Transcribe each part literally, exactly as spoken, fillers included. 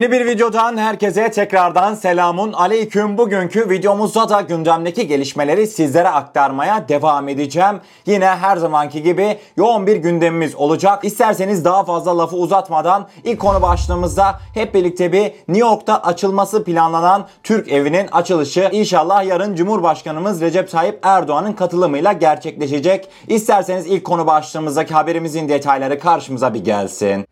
Yeni bir videodan herkese tekrardan selamun aleyküm. Bugünkü videomuzda da gündemdeki gelişmeleri sizlere aktarmaya devam edeceğim. Yine her zamanki gibi yoğun bir gündemimiz olacak. İsterseniz daha fazla lafı uzatmadan ilk konu başlığımızda hep birlikte bir New York'ta açılması planlanan Türk evinin açılışı inşallah yarın Cumhurbaşkanımız Recep Tayyip Erdoğan'ın katılımıyla gerçekleşecek. İsterseniz ilk konu başlığımızdaki haberimizin detayları karşımıza bir gelsin.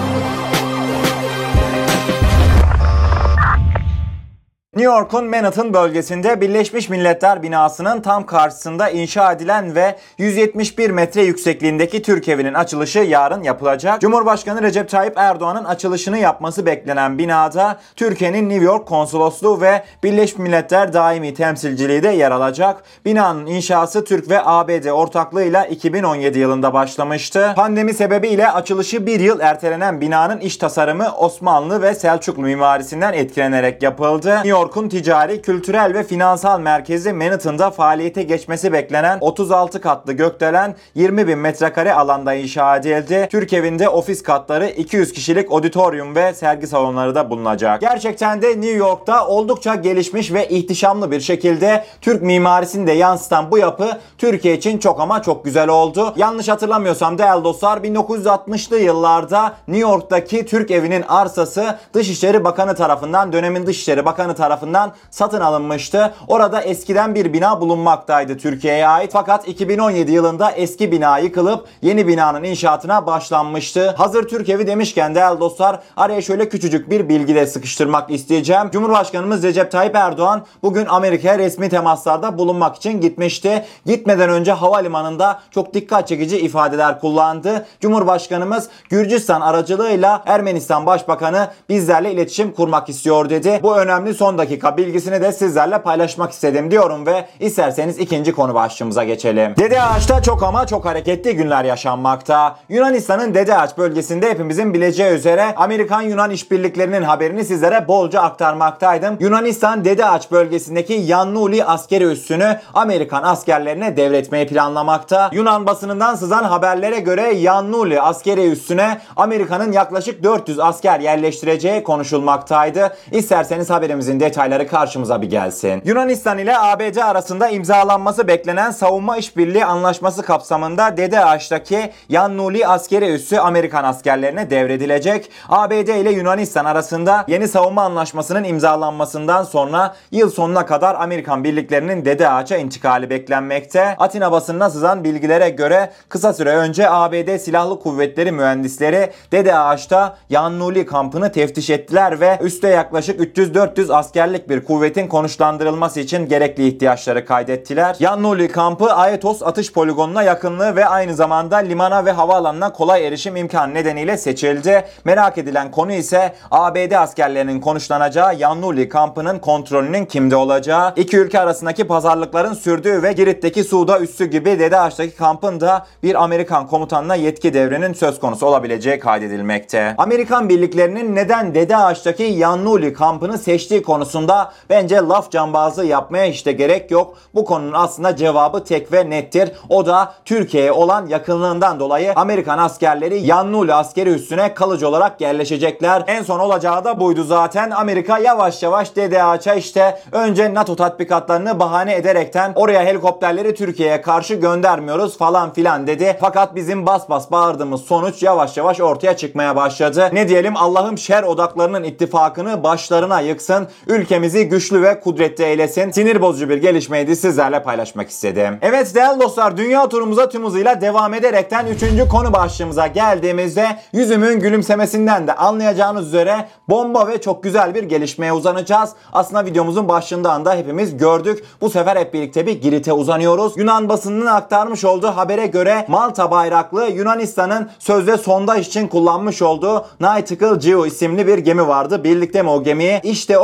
New York'un Manhattan bölgesinde Birleşmiş Milletler binasının tam karşısında inşa edilen ve yüz yetmiş bir metre yüksekliğindeki Türk evinin açılışı yarın yapılacak. Cumhurbaşkanı Recep Tayyip Erdoğan'ın açılışını yapması beklenen binada Türkiye'nin New York Konsolosluğu ve Birleşmiş Milletler Daimi Temsilciliği de yer alacak. Binanın inşası Türk ve A B D ortaklığıyla iki bin on yedi yılında başlamıştı. Pandemi sebebiyle açılışı bir yıl ertelenen binanın iç tasarımı Osmanlı ve Selçuklu mimarisinden etkilenerek yapıldı. New York New York'un ticari, kültürel ve finansal merkezi Manhattan'da faaliyete geçmesi beklenen otuz altı katlı gökdelen yirmi bin metrekare alanda inşa edildi. Türk evinde ofis katları, iki yüz kişilik auditorium ve sergi salonları da bulunacak. Gerçekten de New York'ta oldukça gelişmiş ve ihtişamlı bir şekilde Türk mimarisini de yansıtan bu yapı Türkiye için çok ama çok güzel oldu. Yanlış hatırlamıyorsam değerli dostlar, bin dokuz yüz altmışlı yıllarda New York'taki Türk evinin arsası Dışişleri Bakanı tarafından, dönemin Dışişleri Bakanı tarafından tarafından satın alınmıştı. Orada eskiden bir bina bulunmaktaydı Türkiye'ye ait. Fakat iki bin on yedi yılında eski bina yıkılıp yeni binanın inşaatına başlanmıştı. Hazır Türk evi demişken değerli dostlar, araya şöyle küçücük bir bilgi de sıkıştırmak isteyeceğim. Cumhurbaşkanımız Recep Tayyip Erdoğan bugün Amerika'ya resmi temaslarda bulunmak için gitmişti. Gitmeden önce havalimanında çok dikkat çekici ifadeler kullandı. Cumhurbaşkanımız Gürcistan aracılığıyla Ermenistan Başbakanı bizlerle iletişim kurmak istiyor dedi. Bu önemli son dakika bilgisini de sizlerle paylaşmak istedim diyorum ve isterseniz ikinci konu başlığımıza geçelim. Dede Ağaç'ta çok ama çok hareketli günler yaşanmakta. Yunanistan'ın Dede Ağaç bölgesinde hepimizin bileceği üzere Amerikan-Yunan işbirliklerinin haberini sizlere bolca aktarmaktaydım. Yunanistan Dede Ağaç bölgesindeki Yannuli askeri üssünü Amerikan askerlerine devretmeyi planlamakta. Yunan basınından sızan haberlere göre Yannuli askeri üssüne Amerika'nın yaklaşık dört yüz asker yerleştireceği konuşulmaktaydı. İsterseniz haberimizin detayları karşımıza bir gelsin. Yunanistan ile A B D arasında imzalanması beklenen savunma işbirliği anlaşması kapsamında Dede Ağaç'taki Yannuli askeri üssü Amerikan askerlerine devredilecek. A B D ile Yunanistan arasında yeni savunma anlaşmasının imzalanmasından sonra yıl sonuna kadar Amerikan birliklerinin Dede Ağaç'a intikali beklenmekte. Atina basınına sızan bilgilere göre kısa süre önce A B D Silahlı Kuvvetleri mühendisleri Dede Ağaç'ta Yannuli kampını teftiş ettiler ve üste yaklaşık üç yüz dört yüz askerlik bir kuvvetin konuşlandırılması için gerekli ihtiyaçları kaydettiler. Yannuli kampı Aetos atış poligonuna yakınlığı ve aynı zamanda limana ve havaalanına kolay erişim imkanı nedeniyle seçildi. Merak edilen konu ise A B D askerlerinin konuşlanacağı Yannuli kampının kontrolünün kimde olacağı. İki ülke arasındaki pazarlıkların sürdüğü ve Girit'teki Suda üssü gibi Dede Ağaç'taki kampın da bir Amerikan komutanına yetki devrinin söz konusu olabileceği kaydedilmekte. Amerikan birliklerinin neden Dede Ağaç'taki Yannuli kampını seçtiği konusunda bence laf cambazlığı yapmaya hiç de gerek yok. Bu konunun aslında cevabı tek ve nettir. O da Türkiye'ye olan yakınlığından dolayı Amerikan askerleri Yannuli askeri üssüne kalıcı olarak yerleşecekler. En son olacağı da buydu zaten. Amerika yavaş yavaş Dede Ağaç'a işte önce NATO tatbikatlarını bahane ederekten oraya helikopterleri Türkiye'ye karşı göndermiyoruz falan filan dedi. Fakat bizim bas bas bağırdığımız sonuç yavaş yavaş ortaya çıkmaya başladı. Ne diyelim, Allah'ım şer odaklarının ittifakını başlarına yıksın. Ülkemizi güçlü ve kudretli eylesin. Sinir bozucu bir gelişmeydi, sizlerle paylaşmak istedim. Evet değerli dostlar, dünya turumuza tüm hızıyla devam ederekten üçüncü konu başlığımıza geldiğimizde yüzümün gülümsemesinden de anlayacağınız üzere bomba ve çok güzel bir gelişmeye uzanacağız. Aslında videomuzun başlığından da hepimiz gördük. Bu sefer hep birlikte bir Girit'e uzanıyoruz. Yunan basınının aktarmış olduğu habere göre Malta bayraklı Yunanistan'ın sözde sondaj için kullanmış olduğu Nautical Geo isimli bir gemi vardı. Birlikte mi o gemiyi? İşte o gemi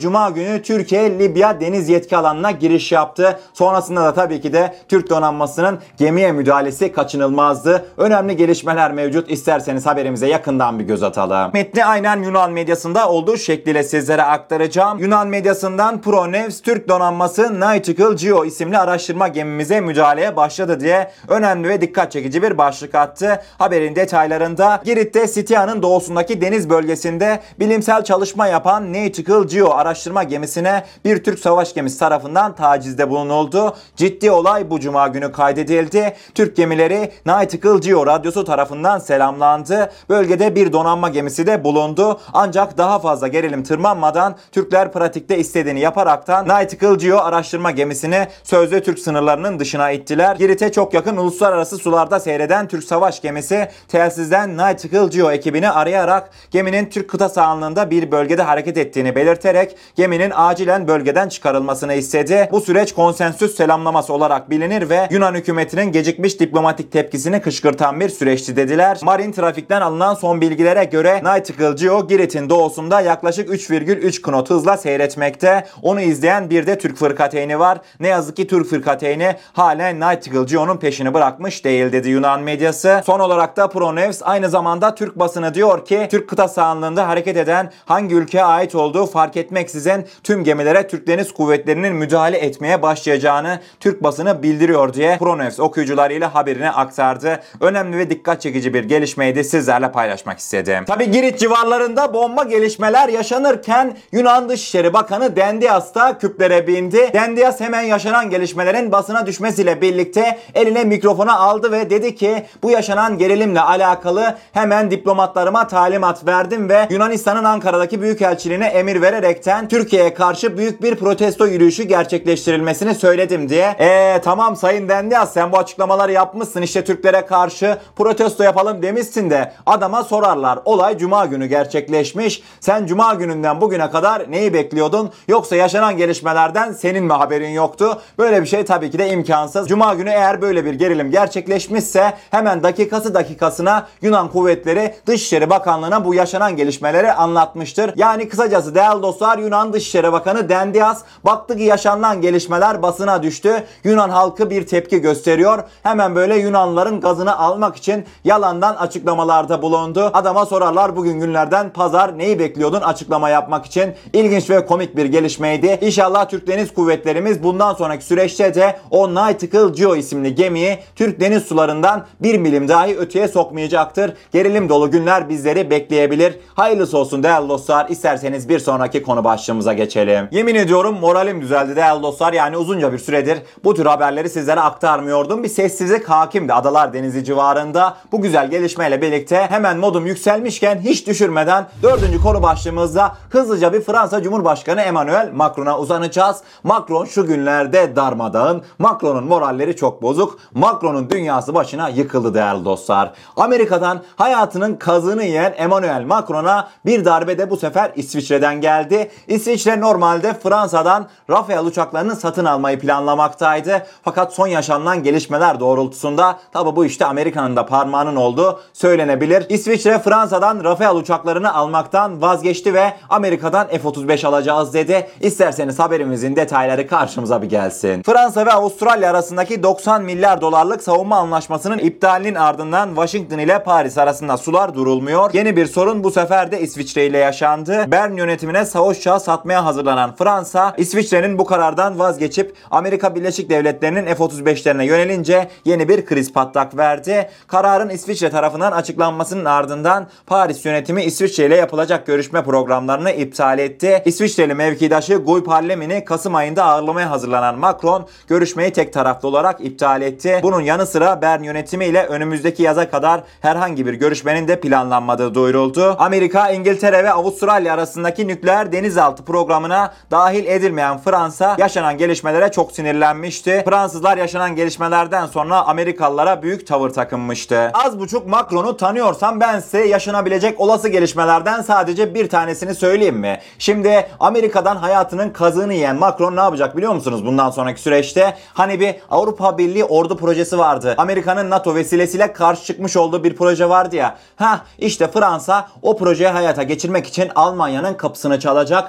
Cuma günü Türkiye-Libya deniz yetki alanına giriş yaptı. Sonrasında da tabii ki de Türk donanmasının gemiye müdahalesi kaçınılmazdı. Önemli gelişmeler mevcut. İsterseniz haberimize yakından bir göz atalım. Metni aynen Yunan medyasında olduğu şekliyle sizlere aktaracağım. Yunan medyasından ProNews, Türk donanması Nautical Geo isimli araştırma gemimize müdahaleye başladı diye önemli ve dikkat çekici bir başlık attı. Haberin detaylarında Girit'te Sitia'nın doğusundaki deniz bölgesinde bilimsel çalışma yapan Nautical Geo araştırma gemisine bir Türk savaş gemisi tarafından tacizde bulunuldu. Ciddi olay bu cuma günü kaydedildi. Türk gemileri Nautical Geo radyosu tarafından selamlandı. Bölgede bir donanma gemisi de bulundu. Ancak daha fazla gerilim tırmanmadan Türkler pratikte istediğini yaparaktan Nautical Geo araştırma gemisini sözde Türk sınırlarının dışına ittiler. Girit'e çok yakın uluslararası sularda seyreden Türk savaş gemisi telsizden Nautical Geo ekibini arayarak geminin Türk kıta sahanlığında bir bölgede hareket ettiğini belirterek geminin acilen bölgeden çıkarılmasını istedi. Bu süreç konsensüs selamlaması olarak bilinir ve Yunan hükümetinin gecikmiş diplomatik tepkisini kışkırtan bir süreçti dediler. Marin trafikten alınan son bilgilere göre Nautical Geo Girit'in doğusunda yaklaşık üç virgül üç knot hızla seyretmekte. Onu izleyen bir de Türk fırkateyni var. Ne yazık ki Türk fırkateyni halen Nautical Geo'nun peşini bırakmış değil dedi Yunan medyası. Son olarak da ProNews aynı zamanda Türk basını diyor ki Türk kıta sahanlığında hareket eden hangi ülkeye ait olduğu fark etmeksizin tüm gemilere Türk Deniz Kuvvetleri'nin müdahale etmeye başlayacağını Türk basını bildiriyor diye ProNews okuyucularıyla haberini aktardı. Önemli ve dikkat çekici bir gelişmeydi, sizlerle paylaşmak istedim. Tabi Girit civarlarında bomba gelişmeler yaşanırken Yunan Dışişleri Bakanı Dendias da küplere bindi. Dendias hemen yaşanan gelişmelerin basına düşmesiyle birlikte eline mikrofonu aldı ve dedi ki bu yaşanan gerilimle alakalı hemen diplomatlarıma talimat verdim ve Yunanistan'ın Ankara'daki büyükelçiliğine emir vererekten Türkiye'ye karşı büyük bir protesto yürüyüşü gerçekleştirilmesini söyledim diye. Eee tamam Sayın Dendias, sen bu açıklamaları yapmışsın, işte Türklere karşı protesto yapalım demişsin de adama sorarlar. Olay Cuma günü gerçekleşmiş. Sen Cuma gününden bugüne kadar neyi bekliyordun? Yoksa yaşanan gelişmelerden senin mi haberin yoktu? Böyle bir şey tabii ki de imkansız. Cuma günü eğer böyle bir gerilim gerçekleşmişse hemen dakikası dakikasına Yunan kuvvetleri Dışişleri Bakanlığı'na bu yaşanan gelişmeleri anlatmıştır. Yani kısacası değerli dostlar, Yunan Dışişleri Bakanı Dendias baktı ki yaşanan gelişmeler basına düştü. Yunan halkı bir tepki gösteriyor. Hemen böyle Yunanlıların gazını almak için yalandan açıklamalarda bulundu. Adama sorarlar bugün günlerden pazar neyi bekliyordun açıklama yapmak için. İlginç ve komik bir gelişmeydi. İnşallah Türk Deniz Kuvvetlerimiz bundan sonraki süreçte de o Nautical Geo isimli gemiyi Türk deniz sularından bir milim dahi öteye sokmayacaktır. Gerilim dolu günler bizleri bekleyebilir. Hayırlısı olsun değerli dostlar. İsterseniz bir sonraki konu başlığımıza geçelim. Yemin ediyorum moralim düzeldi değerli dostlar. Yani uzunca bir süredir bu tür haberleri sizlere aktarmıyordum. Bir sessizlik hakimdi Adalar Denizi civarında. Bu güzel gelişmeyle birlikte hemen modum yükselmişken hiç düşürmeden dördüncü konu başlığımızda hızlıca bir Fransa Cumhurbaşkanı Emmanuel Macron'a uzanacağız. Macron şu günlerde darmadağın. Macron'un moralleri çok bozuk. Macron'un dünyası başına yıkıldı değerli dostlar. Amerika'dan hayatının kazığını yiyen Emmanuel Macron'a bir darbe de bu sefer İsviçre'den geldi. İsviçre normalde Fransa'dan Rafale uçaklarını satın almayı planlamaktaydı. Fakat son yaşanan gelişmeler doğrultusunda tabi bu işte Amerika'nın da parmağının olduğu söylenebilir. İsviçre Fransa'dan Rafale uçaklarını almaktan vazgeçti ve Amerika'dan F otuz beş alacağız dedi. İsterseniz haberimizin detayları karşımıza bir gelsin. Fransa ve Avustralya arasındaki doksan milyar dolarlık savunma anlaşmasının iptalinin ardından Washington ile Paris arasında sular durulmuyor. Yeni bir sorun bu sefer de İsviçre ile yaşandı. Bern yönetimine savaş uçağı satmaya hazırlanan Fransa, İsviçre'nin bu karardan vazgeçip Amerika Birleşik Devletleri'nin F otuz beşlerine yönelince yeni bir kriz patlak verdi. Kararın İsviçre tarafından açıklanmasının ardından Paris yönetimi İsviçre ile yapılacak görüşme programlarını iptal etti. İsviçreli mevkidaşı Guy Parlement'i Kasım ayında ağırlamaya hazırlanan Macron görüşmeyi tek taraflı olarak iptal etti. Bunun yanı sıra Bern yönetimi ile önümüzdeki yaza kadar herhangi bir görüşmenin de planlanmadığı duyuruldu. Amerika, İngiltere ve Avustralya arasındaki nükleer denizaltı programına dahil edilmeyen Fransa yaşanan gelişmelere çok sinirlenmişti. Fransızlar yaşanan gelişmelerden sonra Amerikalılara büyük tavır takınmıştı. Az buçuk Macron'u tanıyorsam ben size yaşanabilecek olası gelişmelerden sadece bir tanesini söyleyeyim mi? Şimdi Amerika'dan hayatının kazığını yiyen Macron ne yapacak biliyor musunuz bundan sonraki süreçte? Hani bir Avrupa Birliği ordu projesi vardı. Amerika'nın NATO vesilesiyle karşı çıkmış olduğu bir proje vardı ya. Hah işte Fransa o projeyi hayata geçirmek için Almanya'nın kapısını çalacak.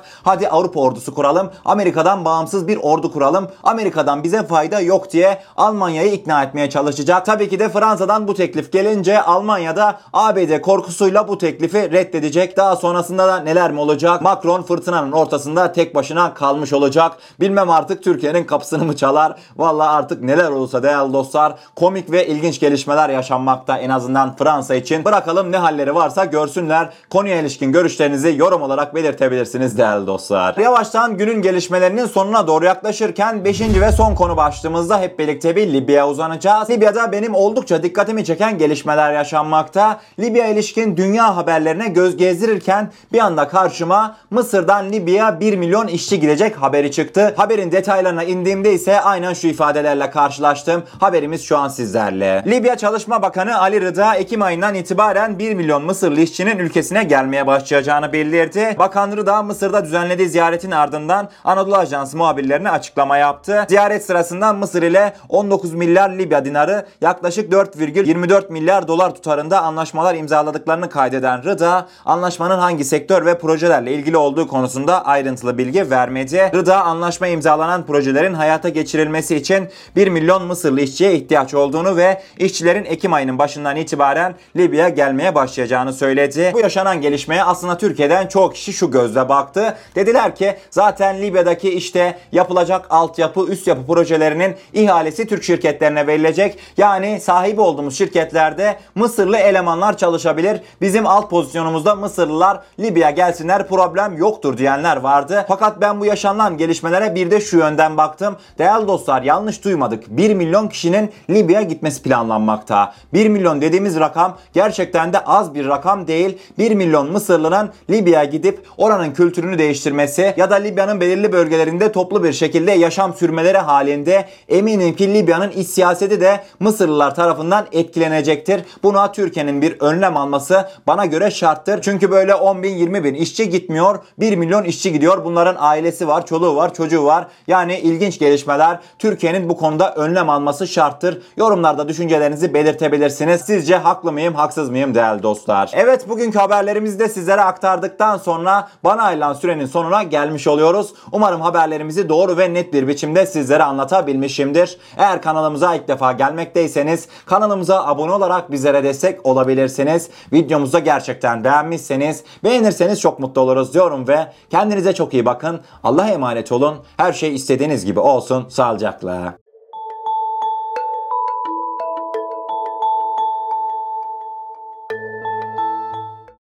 Hadi Avrupa ordusu kuralım, Amerika'dan bağımsız bir ordu kuralım, Amerika'dan bize fayda yok diye Almanya'yı ikna etmeye çalışacak. Tabii ki de Fransa'dan bu teklif gelince Almanya'da A B D korkusuyla bu teklifi reddedecek. Daha sonrasında da neler mi olacak? Macron fırtınanın ortasında tek başına kalmış olacak. Bilmem artık Türkiye'nin kapısını mı çalar? Vallahi artık neler olursa değerli dostlar, komik ve ilginç gelişmeler yaşanmakta en azından Fransa için. Bırakalım ne halleri varsa görsünler. Konuya ilişkin görüşlerinizi yorum olarak belirtebilirsiniz değerli dostlar. Yavaştan günün gelişmelerinin sonuna doğru yaklaşırken beşinci ve son konu başlığımızda hep birlikte bir Libya'ya uzanacağız. Libya'da benim oldukça dikkatimi çeken gelişmeler yaşanmakta. Libya ilişkin dünya haberlerine göz gezdirirken bir anda karşıma Mısır'dan Libya'ya bir milyon işçi gidecek haberi çıktı. Haberin detaylarına indiğimde ise aynen şu ifadelerle karşılaştım. Haberimiz şu an sizlerle. Libya Çalışma Bakanı Ali Rıda Ekim ayından itibaren bir milyon Mısırlı işçinin ülkesine gelmeye başlayacağını bildirdi. Bakan Rıda Mısır'da düzenlediği ziyaretin ardından Anadolu Ajansı muhabirlerine açıklama yaptı. Ziyaret sırasında Mısır ile on dokuz milyar Libya dinarı yaklaşık dört virgül yirmi dört milyar dolar tutarında anlaşmalar imzaladıklarını kaydeden Rıda, anlaşmanın hangi sektör ve projelerle ilgili olduğu konusunda ayrıntılı bilgi vermedi. Rıda, anlaşma imzalanan projelerin hayata geçirilmesi için bir milyon Mısırlı işçiye ihtiyaç olduğunu ve işçilerin Ekim ayının başından itibaren Libya'ya gelmeye başlayacağını söyledi. Bu yaşanan gelişmeye aslında Türkiye'den çok kişi şu gözle baktı. Dediler ki zaten Libya'daki işte yapılacak altyapı, üst yapı projelerinin ihalesi Türk şirketlerine verilecek. Yani sahibi olduğumuz şirketlerde Mısırlı elemanlar çalışabilir. Bizim alt pozisyonumuzda Mısırlılar Libya'ya gelsinler, problem yoktur diyenler vardı. Fakat ben bu yaşanan gelişmelere bir de şu yönden baktım. Değerli dostlar, yanlış duymadık. bir milyon kişinin Libya'ya gitmesi planlanmakta. bir milyon dediğimiz rakam gerçekten de az bir rakam değil. bir milyon Mısırlı'nın Libya'ya gidip oranın kültürünü değiştirmesi ya da Libya'nın belirli bölgelerinde toplu bir şekilde yaşam sürmeleri halinde eminim ki Libya'nın iç siyaseti de Mısırlılar tarafından etkilenecektir. Buna Türkiye'nin bir önlem alması bana göre şarttır. Çünkü böyle on bin yirmi bin işçi gitmiyor. bir milyon işçi gidiyor. Bunların ailesi var, çoluğu var, çocuğu var. Yani ilginç gelişmeler. Türkiye'nin bu konuda önlem alması şarttır. Yorumlarda düşüncelerinizi belirtebilirsiniz. Sizce haklı mıyım, haksız mıyım değerli dostlar? Evet, bugünkü haberlerimizi de sizlere aktardıktan sonra bana ayrılan sürenin sonuna gelmiş oluyoruz. Umarım haberlerimizi doğru ve net bir biçimde sizlere anlatabilmişimdir. Eğer kanalımıza ilk defa gelmekteyseniz kanalımıza abone olarak bizlere destek olabilirsiniz. Videomuzu da gerçekten beğenmişseniz, beğenirseniz çok mutlu oluruz diyorum ve kendinize çok iyi bakın. Allah'a emanet olun. Her şey istediğiniz gibi olsun. Sağlıcakla.